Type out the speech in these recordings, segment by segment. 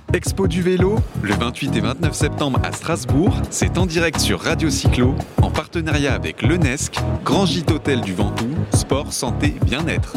Expo du vélo, le 28 et 29 septembre à Strasbourg, c'est en direct sur Radio Cyclo, en partenariat avec l'UNESC, Grand Gîte Hôtel du Ventoux, sport, santé, bien-être.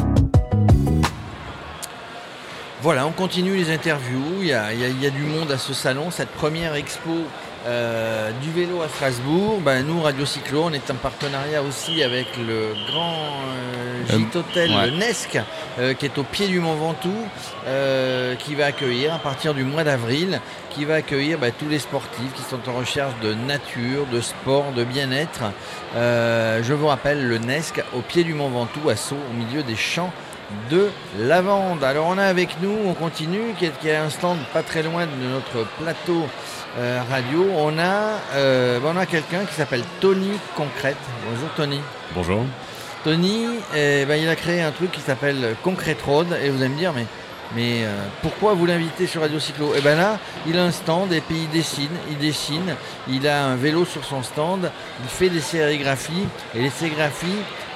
Voilà, on continue les interviews, il y a du monde à ce salon, cette première expo du vélo à Strasbourg. Nous, Radio Cyclo, on est en partenariat aussi avec le Grand Gîte Hôtel l'UNESC, qui est au pied du Mont Ventoux, qui va accueillir à partir du mois d'avril, qui va accueillir tous les sportifs qui sont en recherche de nature, de sport, de bien-être. Je vous rappelle, l'UNESC au pied du Mont Ventoux, à Sceaux, au milieu des champs de lavande. Alors on a avec nous, on continue, qui est un stand pas très loin de notre plateau radio. On a quelqu'un qui s'appelle Tony Concrète. Bonjour Tony. Bonjour. Tony, il a créé un truc qui s'appelle Concrete Road, et vous allez me dire mais pourquoi vous l'invitez sur Radio Cyclo? Là, il a un stand et puis il dessine, il a un vélo sur son stand, il fait des sérigraphies, et les sérigraphies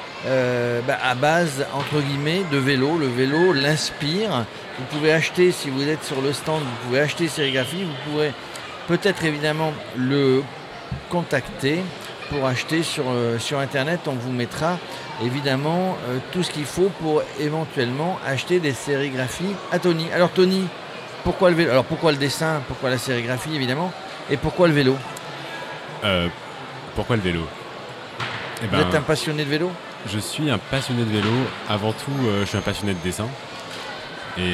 à base entre guillemets de vélo. Le vélo l'inspire. Vous pouvez acheter, si vous êtes sur le stand, vous pouvez acheter sérigraphie. Vous pourrez peut-être évidemment le contacter pour acheter sur internet. On vous mettra évidemment tout ce qu'il faut pour éventuellement acheter des sérigraphies à Tony. Alors Tony, pourquoi le vélo? Alors pourquoi le dessin? Pourquoi la sérigraphie évidemment? Et pourquoi le vélo? Pourquoi le vélo? Vous êtes un passionné de vélo? Je suis un passionné de vélo. Avant tout, je suis un passionné de dessin. Et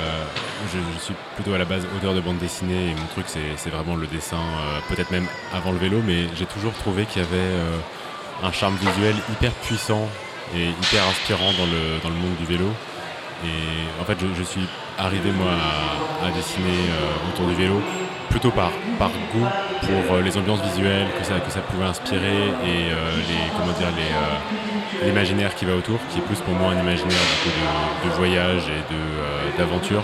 je suis plutôt à la base auteur de bande dessinée. Et mon truc, c'est vraiment le dessin, peut-être même avant le vélo. Mais j'ai toujours trouvé qu'il y avait un charme visuel hyper puissant et hyper inspirant dans le monde du vélo. Et en fait, je suis arrivé, moi, à dessiner autour du vélo, plutôt par goût pour les ambiances visuelles que ça pouvait inspirer et l'imaginaire qui va autour, qui est plus pour moi un imaginaire de voyage et d'aventure.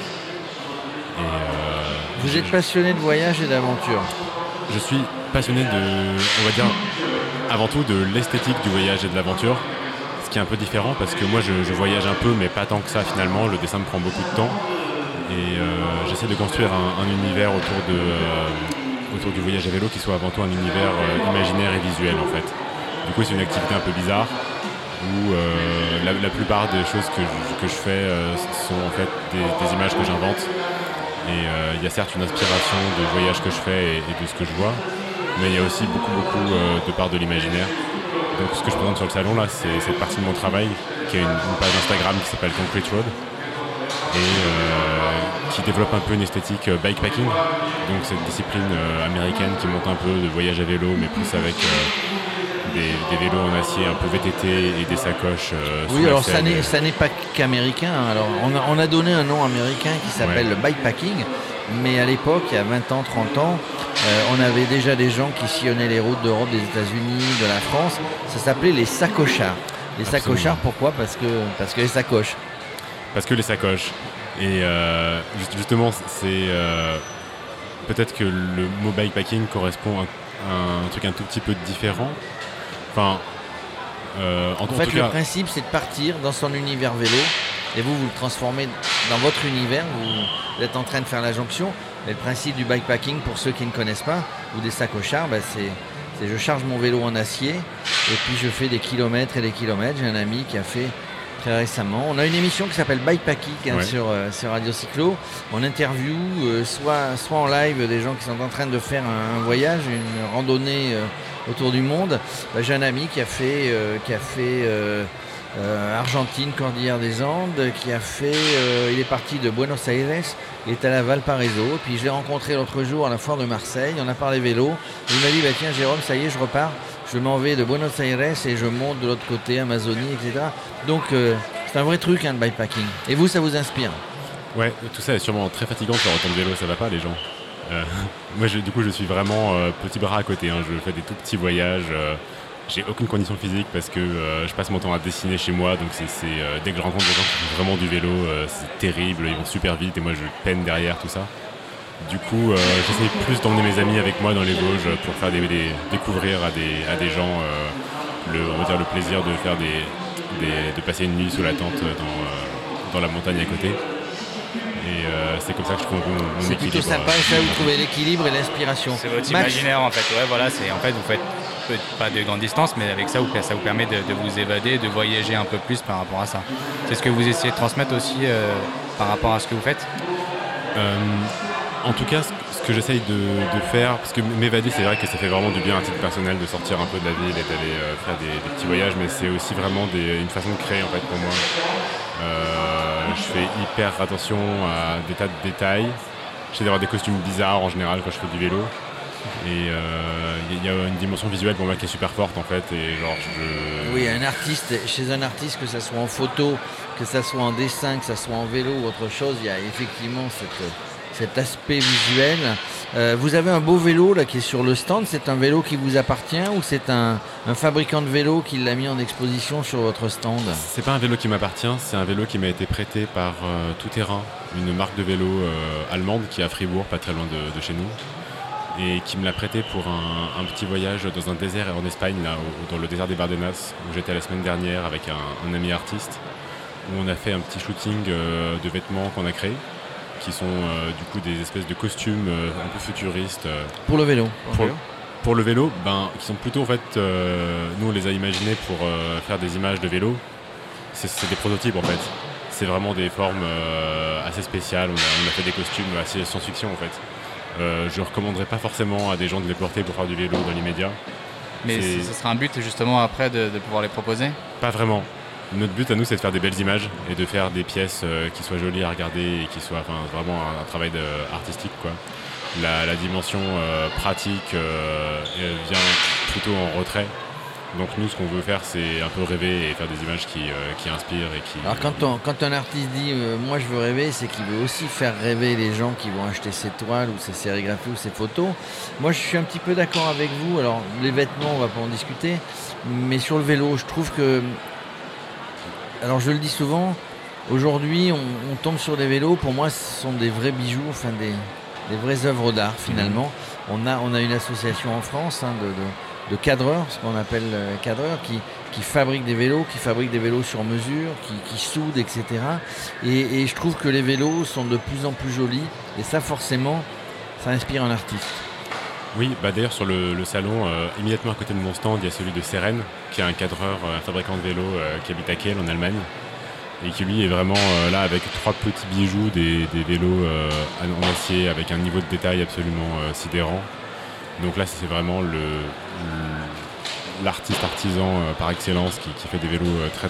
Vous êtes passionné de voyage et d'aventure? Je suis passionné on va dire, avant tout de l'esthétique du voyage et de l'aventure, ce qui est un peu différent parce que moi je voyage un peu, mais pas tant que ça finalement. Le dessin me prend beaucoup de temps. Et j'essaie de construire un univers autour du voyage à vélo qui soit avant tout un univers imaginaire et visuel en fait. Du coup c'est une activité un peu bizarre où la plupart des choses que je fais sont en fait des images que j'invente. Et il y a certes une inspiration de voyage que je fais et de ce que je vois, mais il y a aussi beaucoup de part de l'imaginaire. Donc ce que je présente sur le salon là, c'est cette partie de mon travail qui a une page Instagram qui s'appelle Concrete Road et qui développe un peu une esthétique bikepacking, donc cette discipline américaine qui monte un peu de voyage à vélo, mais plus avec des vélos en acier un peu VTT et des sacoches. Oui, alors ça n'est pas qu'américain. Alors on a donné un nom américain qui s'appelle le bikepacking, mais à l'époque, il y a 20 ans, 30 ans, on avait déjà des gens qui sillonnaient les routes d'Europe, des États-Unis, de la France. Ça s'appelait les sacochards. Les sacochards, pourquoi? Parce que les sacoches. Parce que les sacoches. Et justement, c'est peut-être que le mot bikepacking correspond à un truc un tout petit peu différent. Enfin, en fait, le principe, c'est de partir dans son univers vélo, et vous le transformez dans votre univers. Vous êtes en train de faire la jonction. Et le principe du bikepacking, pour ceux qui ne connaissent pas, ou des sacochards, c'est je charge mon vélo en acier, et puis je fais des kilomètres et des kilomètres. J'ai un ami qui a fait très récemment. On a une émission qui s'appelle Bikepacking sur Radio Cyclo. On interviewe soit en live des gens qui sont en train de faire un voyage, une randonnée autour du monde. J'ai un ami qui a fait Argentine, Cordillère des Andes, il est parti de Buenos Aires, il est allé à Valparaiso, puis je l'ai rencontré l'autre jour à la foire de Marseille, on a parlé vélo, et il m'a dit tiens Jérôme, ça y est, je repars, je m'en vais de Buenos Aires et je monte de l'autre côté, Amazonie, etc. Donc c'est un vrai truc le bikepacking. Et vous, ça vous inspire? Ouais, tout ça est sûrement très fatigant de faire autant de vélo, ça va pas les gens. Moi je suis vraiment petit bras à côté, je fais des tout petits voyages. J'ai aucune condition physique parce que je passe mon temps à dessiner chez moi, donc dès que je rencontre des gens qui font vraiment du vélo, c'est terrible, ils vont super vite et moi je peine derrière tout ça. Du coup, j'essaie plus d'emmener mes amis avec moi dans les Vosges pour faire découvrir à des gens le plaisir de faire de passer une nuit sous la tente dans la montagne à côté. Et c'est comme ça que je trouve mon C'est équilibre. plutôt sympa, et ça vous trouvez l'équilibre et l'inspiration. C'est votre Max, imaginaire en fait. Ouais, voilà, c'est en fait vous faites pas de grande distance, mais avec ça vous permet de vous évader, de voyager un peu plus par rapport à ça. C'est ce que vous essayez de transmettre aussi par rapport à ce que vous faites. En tout cas, ce que j'essaye de faire, parce que m'évader, c'est vrai que ça fait vraiment du bien à titre personnel de sortir un peu de la ville et d'aller faire des petits voyages, mais c'est aussi vraiment une façon de créer en fait pour moi. Je fais hyper attention à des tas de détails. J'essaie d'avoir des costumes bizarres en général quand je fais du vélo. Et il y a une dimension visuelle pour moi qui est super forte en fait. Et genre Oui, chez un artiste, que ça soit en photo, que ça soit en dessin, que ça soit en vélo ou autre chose, il y a effectivement cet aspect visuel. Vous avez un beau vélo là qui est sur le stand. C'est un vélo qui vous appartient ou c'est un fabricant de vélo qui l'a mis en exposition sur votre stand? C'est pas un vélo qui m'appartient, c'est un vélo qui m'a été prêté par Tout Terrain, une marque de vélo allemande qui est à Fribourg, pas très loin de chez nous, et qui me l'a prêté pour un petit voyage dans un désert en Espagne, là, dans le désert des Bardenas, où j'étais la semaine dernière avec un ami artiste, où on a fait un petit shooting de vêtements qu'on a créés, qui sont du coup des espèces de costumes un peu futuristes. Pour le vélo. Pour le vélo, qui sont plutôt en fait, nous on les a imaginés pour faire des images de vélo. C'est des prototypes en fait. C'est vraiment des formes assez spéciales. On a fait des costumes assez science-fiction en fait. Je recommanderais pas forcément à des gens de les porter pour faire du vélo dans l'immédiat. Mais ce sera un but justement après de pouvoir les proposer? Pas vraiment. Notre but à nous, c'est de faire des belles images et de faire des pièces qui soient jolies à regarder et qui soient vraiment un travail artistique, quoi. La dimension pratique vient plutôt en retrait. Donc nous, ce qu'on veut faire, c'est un peu rêver et faire des images qui inspirent et qui... Alors quand un artiste dit moi je veux rêver, c'est qu'il veut aussi faire rêver les gens qui vont acheter ses toiles ou ses sérigraphies ou ses photos. Moi je suis un petit peu d'accord avec vous. Alors les vêtements, on va pas en discuter, mais sur le vélo, je trouve que... Alors je le dis souvent, aujourd'hui on tombe sur des vélos, pour moi ce sont des vrais bijoux, enfin des vraies œuvres d'art finalement. On a une association en France de cadreurs, ce qu'on appelle cadreurs, qui fabriquent des vélos, sur mesure, qui soudent, etc. Et je trouve que les vélos sont de plus en plus jolis, et ça forcément, ça inspire un artiste. Oui, d'ailleurs sur le salon, immédiatement à côté de mon stand, il y a celui de Seren, qui est un cadreur, un fabricant de vélos qui habite à Kiel en Allemagne, et qui lui est vraiment là avec 3 petits bijoux, des vélos en acier avec un niveau de détail absolument sidérant. Donc là c'est vraiment l'artiste artisan par excellence qui fait des vélos très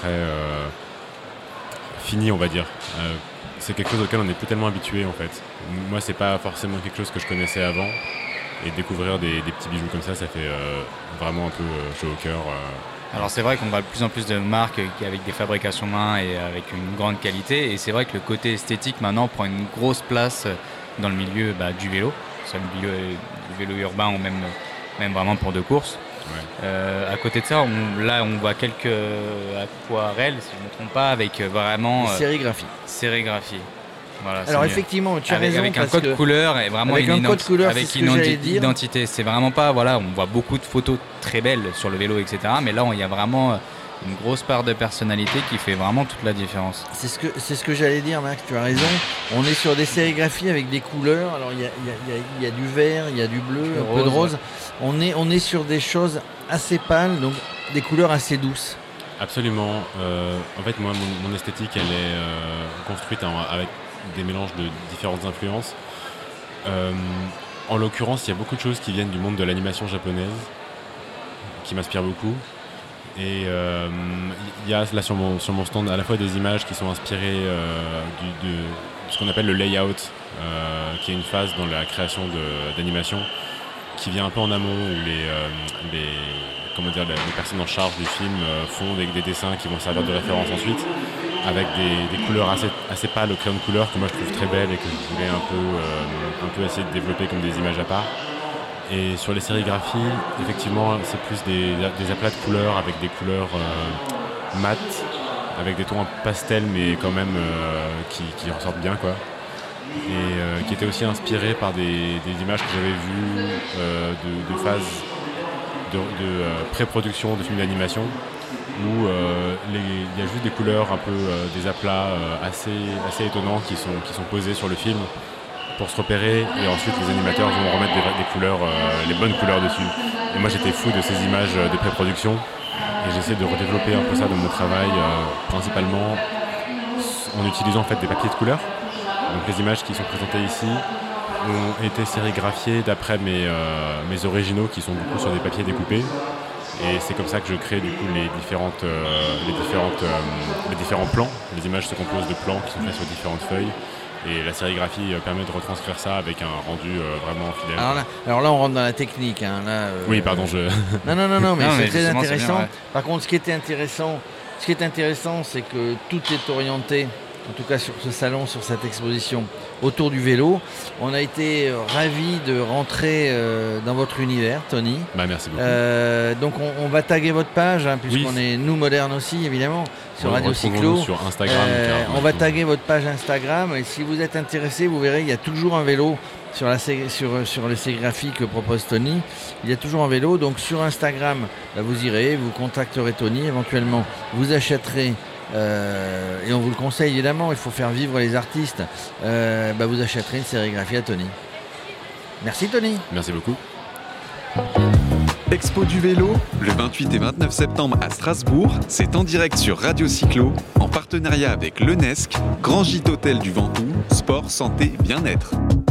finis, on va dire. C'est quelque chose auquel on n'est plus tellement habitué en fait. Moi c'est pas forcément quelque chose que je connaissais avant. Et découvrir des petits bijoux comme ça fait vraiment un peu chaud au cœur. Alors c'est vrai qu'on voit de plus en plus de marques avec des fabrications main et avec une grande qualité. Et c'est vrai que le côté esthétique maintenant prend une grosse place dans le milieu du vélo. C'est le milieu du vélo urbain ou même vraiment pour de courses. Ouais. À côté de ça, on voit quelques aquarelles, si je ne me trompe pas, avec vraiment... Sérigraphie. Voilà, alors effectivement, tu as raison. Avec un code couleur et vraiment avec une identité. C'est vraiment pas, voilà, on voit beaucoup de photos très belles sur le vélo, etc. Mais là, il y a vraiment une grosse part de personnalité qui fait vraiment toute la différence. C'est ce que j'allais dire, Max, tu as raison. On est sur des sérigraphies avec des couleurs. Alors il y a du vert, il y a du bleu, un peu de rose. Ouais. On est sur des choses assez pâles, donc des couleurs assez douces. Absolument. En fait, moi, mon esthétique, elle est construite avec des mélanges de différentes influences. En l'occurrence, il y a beaucoup de choses qui viennent du monde de l'animation japonaise, qui m'inspirent beaucoup. Et il y a là sur mon stand à la fois des images qui sont inspirées de ce qu'on appelle le layout, qui est une phase dans la création d'animation, qui vient un peu en amont, où les personnes en charge du film font des dessins qui vont servir de référence ensuite, avec des couleurs assez pâles au crayon de couleur que moi je trouve très belles et que je voulais un peu essayer de développer comme des images à part. Et sur les sérigraphies, effectivement, c'est plus des aplats de couleurs avec des couleurs mates, avec des tons pastel mais quand même qui ressortent bien, quoi. Et qui étaient aussi inspirés par des images que j'avais vues de phases de pré-production de films d'animation, où il y a juste des couleurs un peu des aplats assez étonnants qui sont posés sur le film pour se repérer, et ensuite les animateurs vont remettre des couleurs, les bonnes couleurs dessus. Et moi j'étais fou de ces images de pré-production, et j'essaie de redévelopper un peu ça dans mon travail, principalement en utilisant en fait des papiers de couleur. Donc les images qui sont présentées ici ont été sérigraphiées d'après mes originaux qui sont beaucoup sur des papiers découpés. Et c'est comme ça que je crée du coup les différents plans. Les images se composent de plans qui sont faits sur différentes feuilles. Et la sérigraphie permet de retranscrire ça avec un rendu vraiment fidèle. Alors là, on rentre dans la technique. Hein. Là, oui, pardon, Non, mais c'est très intéressant. Bien, ouais. Par contre, ce qui est intéressant, c'est que tout est orienté, en tout cas sur ce salon, sur cette exposition, autour du vélo. On a été ravis de rentrer dans votre univers, Tony. Merci beaucoup. Donc on va taguer votre page, hein, puisqu'on est nous modernes aussi, évidemment, sur Radio Cyclo. Sur Instagram. On va taguer votre page Instagram, et si vous êtes intéressé, vous verrez, il y a toujours un vélo sur les sérigraphies que propose Tony. Il y a toujours un vélo, donc sur Instagram, vous irez, vous contacterez Tony, éventuellement vous achèterez. Et on vous le conseille évidemment, il faut faire vivre les artistes. Vous achèterez une sérigraphie à Tony. Merci Tony. Merci beaucoup. Expo du vélo, le 28 et 29 septembre à Strasbourg, c'est en direct sur Radio Cyclo, en partenariat avec l'UNESC, Grand Gîte Hôtel du Ventoux, sport, santé, bien-être.